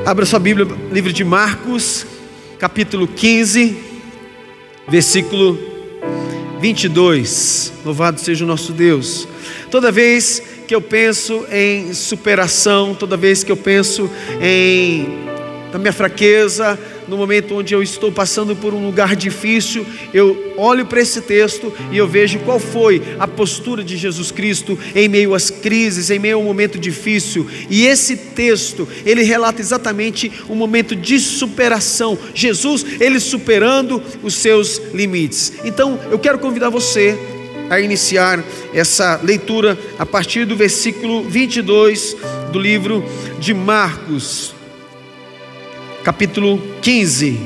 Abra sua Bíblia, livro de Marcos, capítulo 15, versículo 22. Louvado seja o nosso Deus. Toda vez que eu penso em superação, toda vez que eu penso na minha fraqueza, no momento onde eu estou passando por um lugar difícil, eu olho para esse texto e eu vejo qual foi a postura de Jesus Cristo em meio às crises, em meio a um momento difícil. E esse texto, ele relata exatamente um momento de superação. Jesus, ele superando os seus limites. Então, eu quero convidar você a iniciar essa leitura a partir do versículo 22 do livro de Marcos, capítulo 15.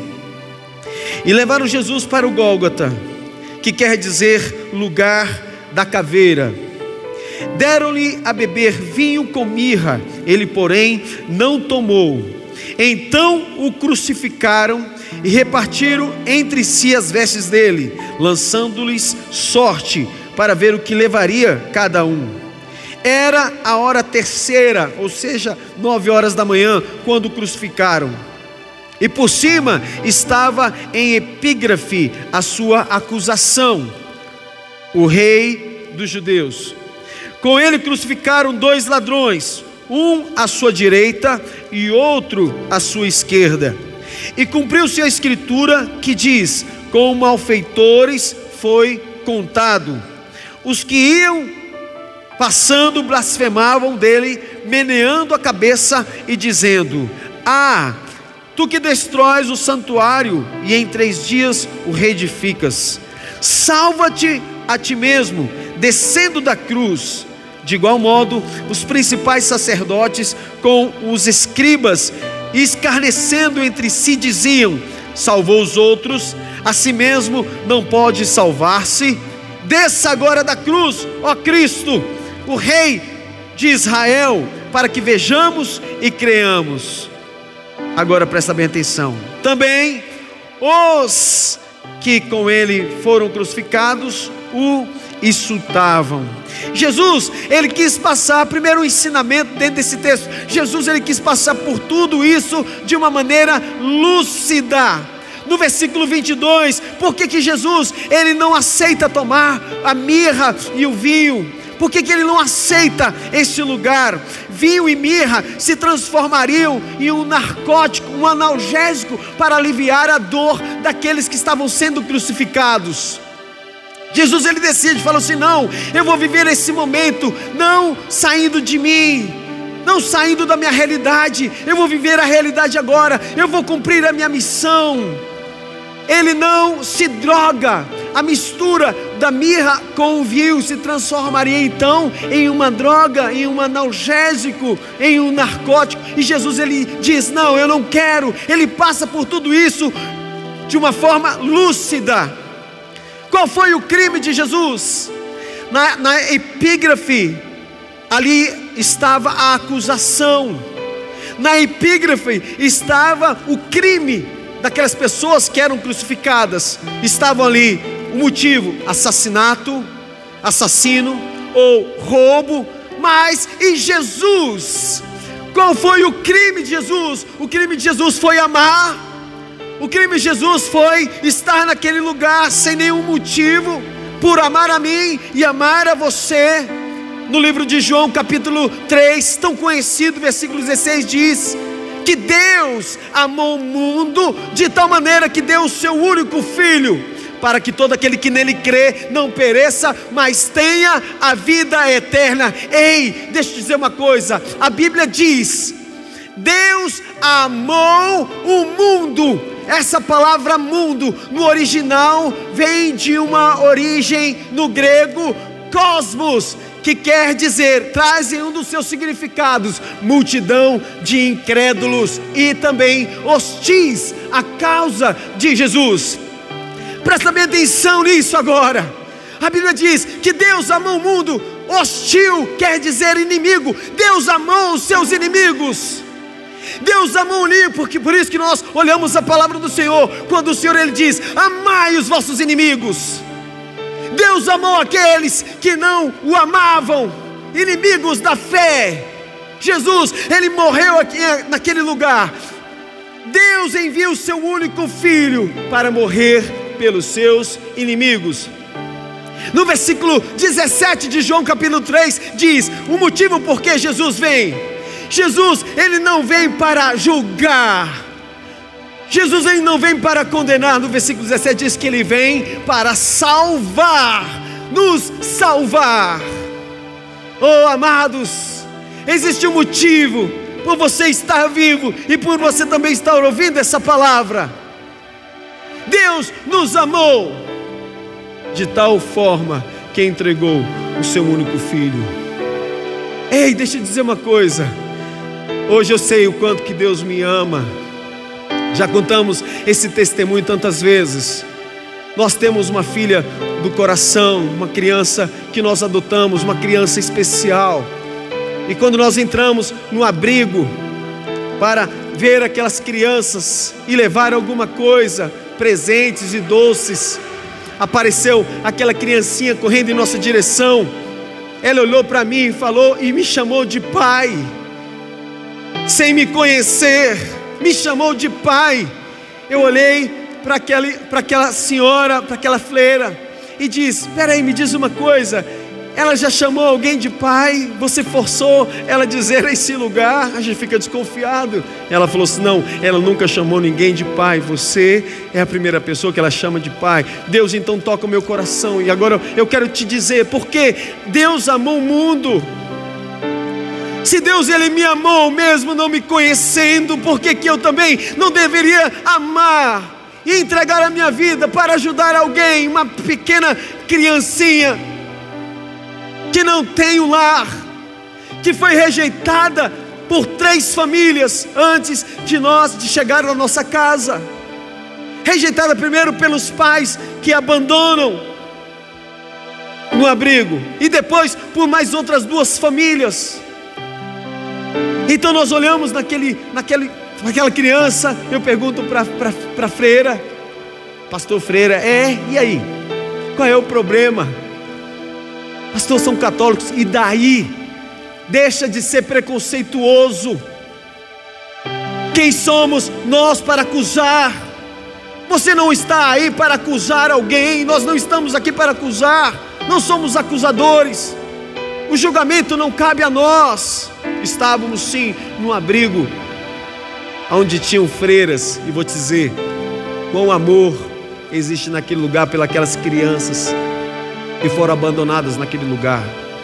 E levaram Jesus para o Gólgota, que quer dizer lugar da caveira. Deram-lhe a beber vinho com mirra, ele porém não tomou. Então o crucificaram e repartiram entre si as vestes dele, lançando-lhes sorte para ver o que levaria cada um. Era a hora terceira, ou seja, 9 horas da manhã, quando o crucificaram. E por cima estava em epígrafe a sua acusação: o rei dos judeus. Com ele crucificaram 2 ladrões, um à sua direita e outro à sua esquerda. E cumpriu-se a escritura que diz: com malfeitores foi contado. Os que iam passando blasfemavam dele, meneando a cabeça e dizendo: tu que destróis o santuário e em 3 dias o reedificas, salva-te a ti mesmo, descendo da cruz. De igual modo, os principais sacerdotes com os escribas, escarnecendo entre si, diziam: salvou os outros, a si mesmo não pode salvar-se. Desça agora da cruz, ó Cristo, o Rei de Israel, para que vejamos e creamos. Agora presta bem atenção. Também os que com ele foram crucificados o insultavam. Jesus, ele quis passar primeiro um ensinamento dentro desse texto. Jesus, ele quis passar por tudo isso de uma maneira lúcida. No versículo 22, por que Jesus, ele não aceita tomar a mirra e o vinho? Por que ele não aceita esse lugar? Vinho e mirra se transformariam em um narcótico, um analgésico para aliviar a dor daqueles que estavam sendo crucificados. Jesus, ele decide, fala assim: não, eu vou viver esse momento não saindo de mim, não saindo da minha realidade, eu vou viver a realidade agora, eu vou cumprir a minha missão. Ele não se droga. A mistura da mirra com o vinho se transformaria então em uma droga, em um analgésico, em um narcótico. E Jesus, ele diz: não, eu não quero. Ele passa por tudo isso de uma forma lúcida. Qual foi o crime de Jesus? Na epígrafe, ali estava a acusação. Na epígrafe estava o crime daquelas pessoas que eram crucificadas. Estavam ali o motivo: assassinato, assassino ou roubo. Mas e Jesus? Qual foi o crime de Jesus? O crime de Jesus foi amar. O crime de Jesus foi estar naquele lugar sem nenhum motivo, por amar a mim e amar a você. No livro de João, capítulo 3, tão conhecido, versículo 16, diz que Deus amou o mundo de tal maneira que deu o seu único Filho, para que todo aquele que nele crê não pereça, mas tenha a vida eterna. Ei, deixa eu te dizer uma coisa, a Bíblia diz: Deus amou o mundo. Essa palavra mundo, no original, vem de uma origem no grego, cosmos, que quer dizer, traz em um dos seus significados, multidão de incrédulos e também hostis à causa de Jesus. Presta bem atenção nisso agora. A Bíblia diz que Deus amou o mundo. Hostil quer dizer inimigo. Deus amou os seus inimigos. Deus amou o inimigo, porque por isso que nós olhamos a palavra do Senhor, quando o Senhor, ele diz: amai os vossos inimigos. Deus amou aqueles que não o amavam, inimigos da fé. Jesus, ele morreu aqui naquele lugar Deus envia o seu único filho para morrer pelos seus inimigos. No versículo 17 de João capítulo 3 diz o motivo por que Jesus vem. Jesus, ele não vem para julgar, Jesus, ele não vem para condenar. No versículo 17 diz que ele vem para salvar, nos salvar. Oh amados, existe um motivo por você estar vivo e por você também estar ouvindo essa palavra. Deus nos amou de tal forma que entregou o seu único filho. Ei, deixa eu dizer uma coisa. Hoje eu sei o quanto que Deus me ama. Já contamos esse testemunho tantas vezes. Nós temos uma filha do coração, uma criança que nós adotamos, uma criança especial. E quando nós entramos no abrigo para ver aquelas crianças e levar alguma coisa, presentes e doces, apareceu aquela criancinha correndo em nossa direção. Ela olhou para mim e falou e me chamou de pai, sem me conhecer, me chamou de pai. Eu olhei para aquela senhora, para aquela freira e disse: espera aí, me diz uma coisa, ela já chamou alguém de pai? Você forçou ela a dizer esse lugar? A gente fica desconfiado. Ela falou assim: não, ela nunca chamou ninguém de pai, você é a primeira pessoa que ela chama de pai. Deus então toca o meu coração. E agora eu quero te dizer, porque Deus amou o mundo. Se Deus, ele me amou mesmo não me conhecendo, por que eu também não deveria amar e entregar a minha vida para ajudar alguém, uma pequena criancinha que não tem um lar, que foi rejeitada por 3 famílias antes de chegar na nossa casa. Rejeitada primeiro pelos pais que abandonam no abrigo, e depois por mais outras 2 famílias. Então nós olhamos naquela criança. Eu pergunto para a freira: pastor Freira, e aí? Qual é o problema? Pastor, são católicos. E daí? Deixa de ser preconceituoso. Quem somos nós para acusar? Você não está aí para acusar alguém. Nós não estamos aqui para acusar. Não somos acusadores. O julgamento não cabe a nós. Estávamos sim num abrigo onde tinham freiras. E vou te dizer quão amor existe naquele lugar pelas crianças que foram abandonadas naquele lugar.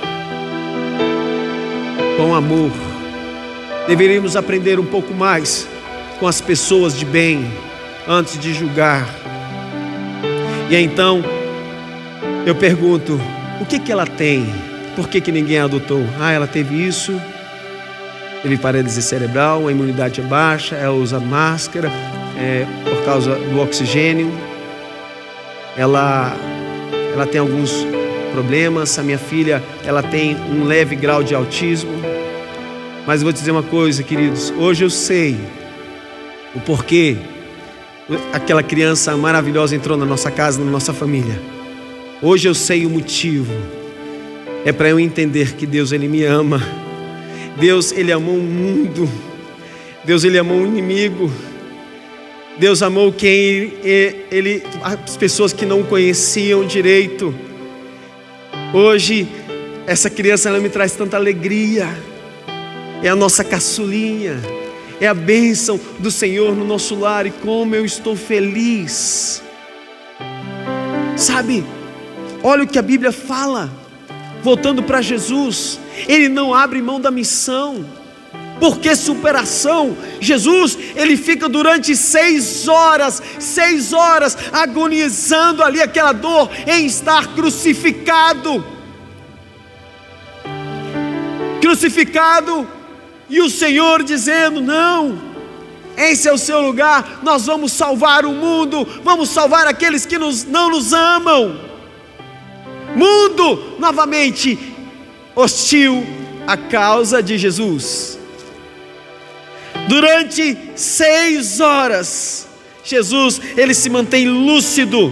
Com amor. Deveríamos aprender um pouco mais com as pessoas de bem antes de julgar. E então eu pergunto: o que ela tem? Por que ninguém a adotou? Ela teve isso, teve paralisia cerebral, a imunidade é baixa, ela usa máscara por causa do oxigênio, ela tem alguns problemas. A minha filha, ela tem um leve grau de autismo. Mas eu vou te dizer uma coisa, queridos, hoje eu sei o porquê aquela criança maravilhosa entrou na nossa casa, na nossa família. Hoje eu sei o motivo. É para eu entender que Deus, ele me ama. Deus, ele amou o mundo. Deus, ele amou o inimigo. Deus amou as pessoas que não conheciam direito. Hoje essa criança, ela me traz tanta alegria. É a nossa caçulinha, é a bênção do Senhor no nosso lar. E como eu estou feliz. Sabe, olha o que a Bíblia fala. Voltando para Jesus, ele não abre mão da missão. Porque superação? Jesus, ele fica durante 6 horas agonizando ali aquela dor em estar crucificado. E o Senhor dizendo: não, esse é o seu lugar, nós vamos salvar o mundo, vamos salvar aqueles que não nos amam. Mundo novamente hostil à causa de Jesus. Durante 6 horas, Jesus, ele se mantém lúcido.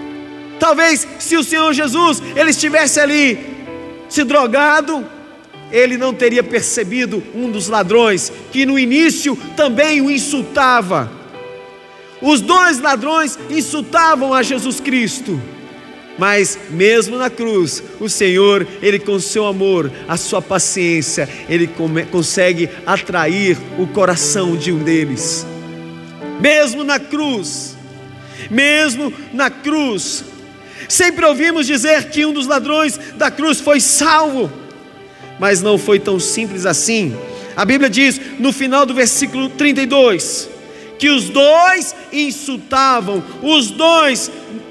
Talvez se o Senhor Jesus, ele estivesse ali se drogado, ele não teria percebido um dos ladrões, que no início também o insultava. Os dois ladrões insultavam a Jesus Cristo, mas mesmo na cruz, o Senhor, Ele com seu amor, a sua paciência, Ele consegue atrair o coração de um deles. Mesmo na cruz, sempre ouvimos dizer que um dos ladrões da cruz foi salvo, mas não foi tão simples assim. A Bíblia diz no final do versículo 32, que os dois insultavam, os dois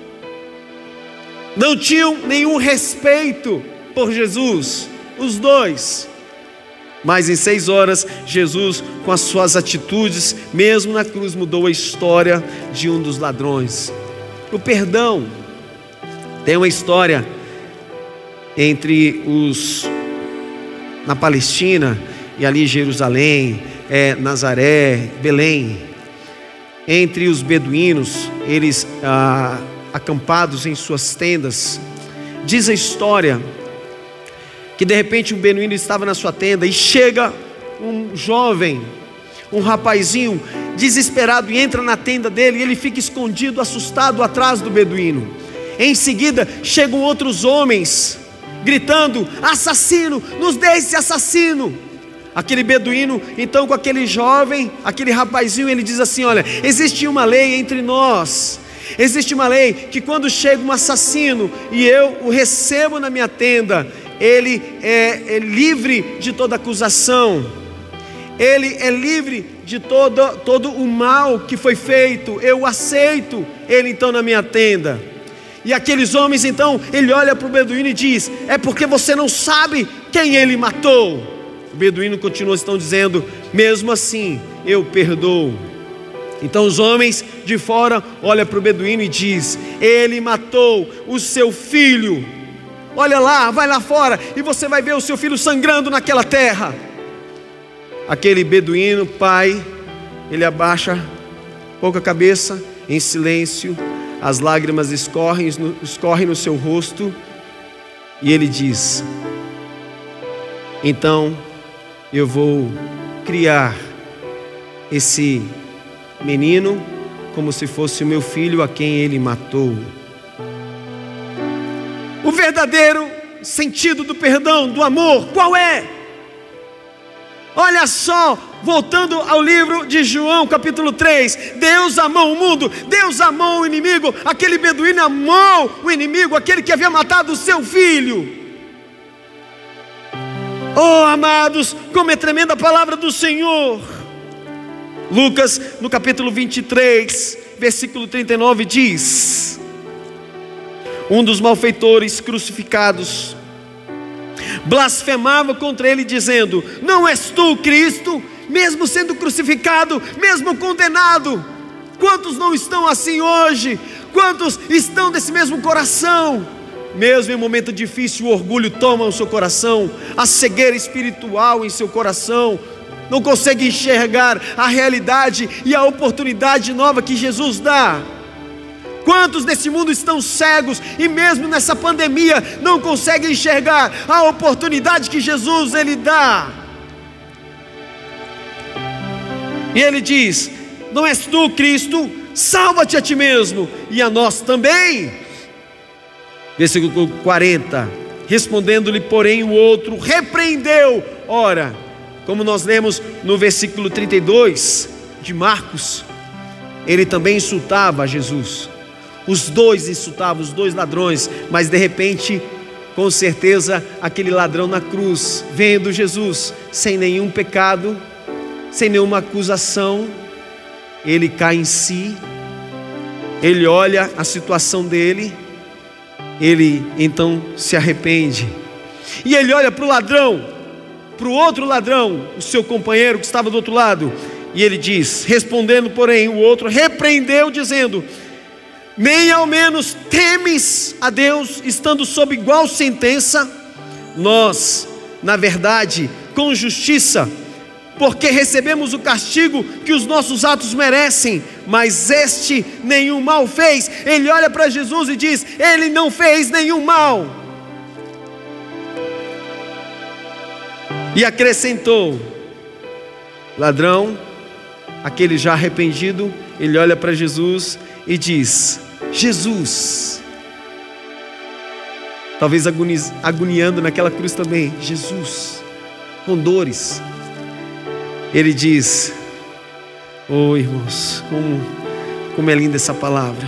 não tinham nenhum respeito por Jesus, os dois. Mas em 6 horas, Jesus, com as suas atitudes, mesmo na cruz, mudou a história de um dos ladrões. O perdão tem uma história entre na Palestina e ali Jerusalém, Nazaré, Belém, entre os beduínos, eles acampados em suas tendas. Diz a história que de repente um beduíno estava na sua tenda e chega um jovem, um rapazinho desesperado, e entra na tenda dele, e ele fica escondido, assustado atrás do beduíno. Em seguida chegam outros homens gritando: assassino, nos deixe, assassino. Aquele beduíno, então, com aquele jovem, aquele rapazinho, ele diz assim: olha, existe uma lei entre nós, existe uma lei que quando chega um assassino e eu o recebo na minha tenda, ele é livre de toda acusação, ele é livre de todo o mal que foi feito, eu aceito ele então na minha tenda. E aqueles homens então, ele olha para o beduíno e diz: é porque você não sabe quem ele matou. O beduíno continua então dizendo: mesmo assim eu perdoo. Então os homens de fora olham para o beduíno e diz: ele matou o seu filho, olha lá, vai lá fora e você vai ver o seu filho sangrando naquela terra. Aquele beduíno, pai, ele abaixa pouco a cabeça, em silêncio, as lágrimas escorrem no seu rosto, e ele diz: então eu vou criar esse menino como se fosse o meu filho a quem ele matou. O verdadeiro sentido do perdão, do amor, qual é? Olha só, voltando ao livro de João, capítulo 3, Deus amou o mundo, Deus amou o inimigo. Aquele beduíno amou o inimigo, aquele que havia matado o seu filho. Oh, amados, como é tremenda a palavra do Senhor. Lucas, no capítulo 23, versículo 39, diz: um dos malfeitores crucificados blasfemava contra ele, dizendo: não és tu o Cristo? Mesmo sendo crucificado, mesmo condenado. Quantos não estão assim hoje? Quantos estão desse mesmo coração? Mesmo em momento difícil, o orgulho toma o seu coração, a cegueira espiritual em seu coração, não consegue enxergar a realidade e a oportunidade nova que Jesus dá. Quantos nesse mundo estão cegos e mesmo nessa pandemia não conseguem enxergar a oportunidade que Jesus ele dá? E ele diz: não és tu Cristo? Salva-te a ti mesmo e a nós também. Versículo 40, respondendo-lhe porém o outro, repreendeu. Ora, como nós lemos no versículo 32 de Marcos, ele também insultava a Jesus. Os dois insultavam, os dois ladrões. Mas de repente, com certeza, aquele ladrão na cruz, vendo Jesus sem nenhum pecado, sem nenhuma acusação, ele cai em si, ele olha a situação dele, ele então se arrepende, e ele olha para o ladrão, para o outro ladrão, o seu companheiro que estava do outro lado, e ele diz, respondendo porém o outro, repreendeu dizendo: nem ao menos temes a Deus, estando sob igual sentença? Nós, na verdade, com justiça, porque recebemos o castigo que os nossos atos merecem, mas este nenhum mal fez. Ele olha para Jesus e diz: ele não fez nenhum mal. E acrescentou: ladrão, aquele já arrependido, ele olha para Jesus e diz: Jesus, talvez agoniando naquela cruz também, Jesus, com dores, ele diz: oh irmãos, como é linda essa palavra.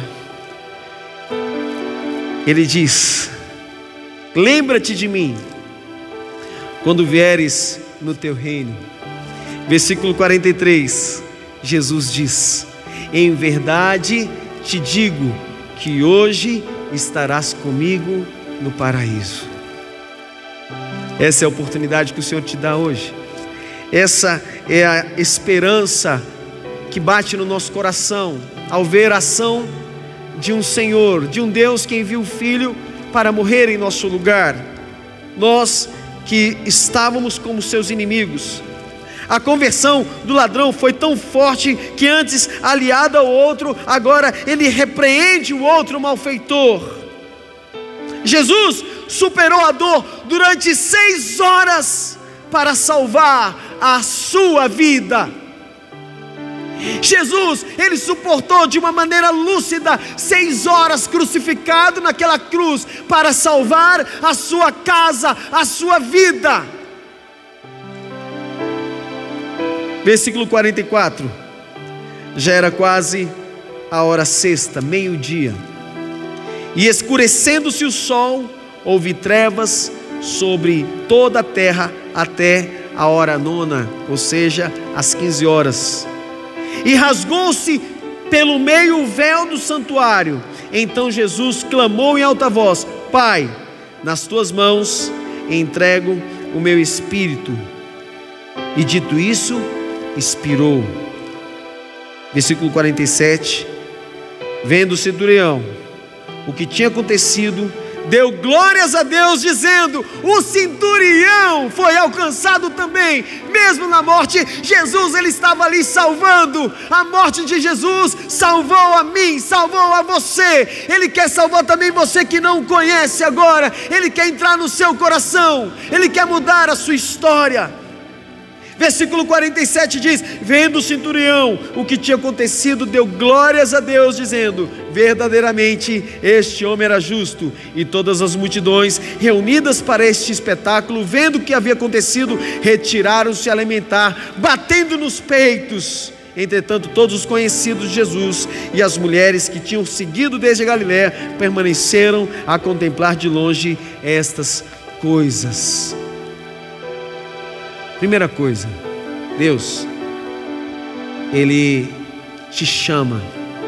Ele diz: lembra-te de mim quando vieres no teu reino. Versículo 43, Jesus diz: em verdade te digo que hoje estarás comigo no paraíso. Essa é a oportunidade que o Senhor te dá hoje. Essa é a esperança que bate no nosso coração ao ver a ação de um Senhor, de um Deus que envia o Filho para morrer em nosso lugar. Nós que estávamos como seus inimigos. A conversão do ladrão foi tão forte que antes aliado ao outro, agora ele repreende o outro malfeitor. Jesus superou a dor durante 6 horas para salvar a sua vida. Jesus, ele suportou de uma maneira lúcida 6 horas crucificado naquela cruz para salvar a sua casa, a sua vida. Versículo 44, já era quase a hora sexta, meio-dia, e escurecendo-se o sol, houve trevas sobre toda a terra até a hora 9, ou seja, às 15 horas. E rasgou-se pelo meio o véu do santuário. Então Jesus clamou em alta voz: Pai, nas tuas mãos entrego o meu espírito. E dito isso, expirou. Versículo 47, vendo o centurião o que tinha acontecido, deu glórias a Deus, dizendo: o centurião foi alcançado também, mesmo na morte. Jesus, ele estava ali salvando. A morte de Jesus salvou a mim, salvou a você. Ele quer salvar também você que não o conhece agora. Ele quer entrar no seu coração, ele quer mudar a sua história. Versículo 47 diz: vendo o centurião o que tinha acontecido, deu glórias a Deus, dizendo: verdadeiramente este homem era justo. E todas as multidões reunidas para este espetáculo, vendo o que havia acontecido, retiraram-se a lamentar, batendo nos peitos. Entretanto, todos os conhecidos de Jesus e as mulheres que tinham seguido desde a Galiléia permaneceram a contemplar de longe estas coisas. Primeira coisa, Deus, ele te chama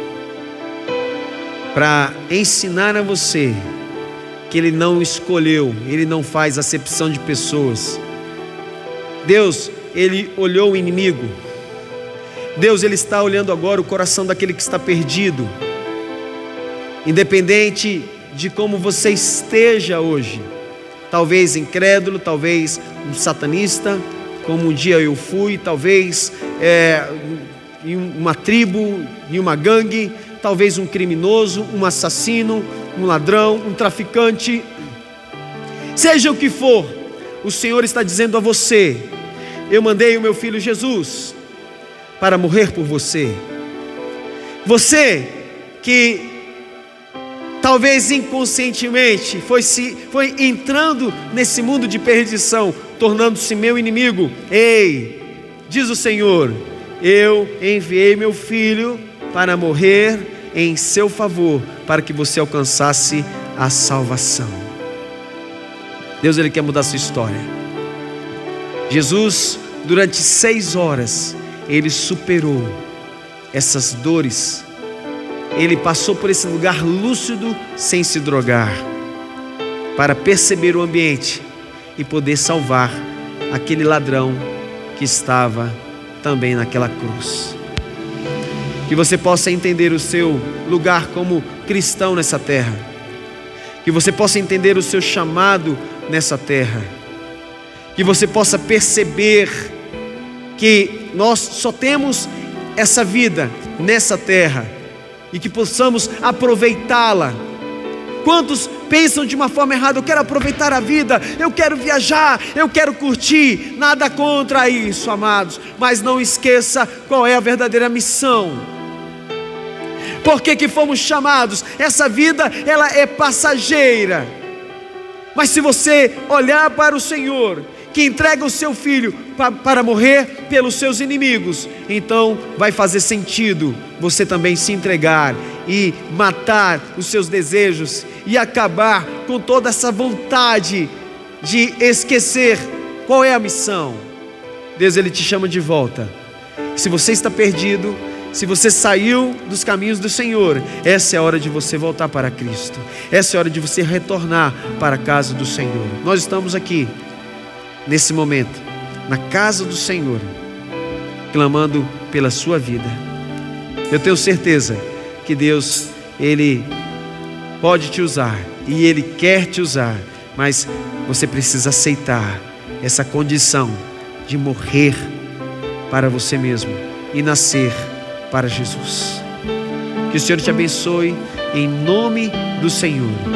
para ensinar a você que ele não escolheu, ele não faz acepção de pessoas. Deus, ele olhou o inimigo. Deus, ele está olhando agora o coração daquele que está perdido. Independente de como você esteja hoje, talvez incrédulo, talvez um satanista, como um dia eu fui, talvez em uma tribo, em uma gangue, talvez um criminoso, um assassino, um ladrão, um traficante, seja o que for, o Senhor está dizendo a você: eu mandei o meu filho Jesus para morrer por você. Você que talvez inconscientemente foi entrando nesse mundo de perdição, tornando-se meu inimigo. Ei, diz o Senhor: eu enviei meu filho para morrer em seu favor, para que você alcançasse a salvação. Deus, ele quer mudar a sua história. Jesus, durante 6 horas, ele superou essas dores. Ele passou por esse lugar lúcido, sem se drogar, para perceber o ambiente e poder salvar aquele ladrão que estava também naquela cruz. Que você possa entender o seu lugar como cristão nessa terra. Que você possa entender o seu chamado nessa terra. Que você possa perceber que nós só temos essa vida nessa terra e que possamos aproveitá-la. Quantos pensam de uma forma errada: eu quero aproveitar a vida, eu quero viajar, eu quero curtir. Nada contra isso, amados, mas não esqueça qual é a verdadeira missão. Por que fomos chamados? Essa vida, ela é passageira, mas se você olhar para o Senhor, que entrega o seu Filho para morrer pelos seus inimigos, então vai fazer sentido você também se entregar e matar os seus desejos e acabar com toda essa vontade de esquecer qual é a missão. Deus, Ele te chama de volta. Se você está perdido, se você saiu dos caminhos do Senhor, essa é a hora de você voltar para Cristo. Essa é a hora de você retornar para a casa do Senhor. Nós estamos aqui nesse momento, na casa do Senhor, clamando pela sua vida. Eu tenho certeza que Deus, Ele pode te usar, e Ele quer te usar, mas você precisa aceitar essa condição de morrer para você mesmo e nascer para Jesus. Que o Senhor te abençoe, em nome do Senhor.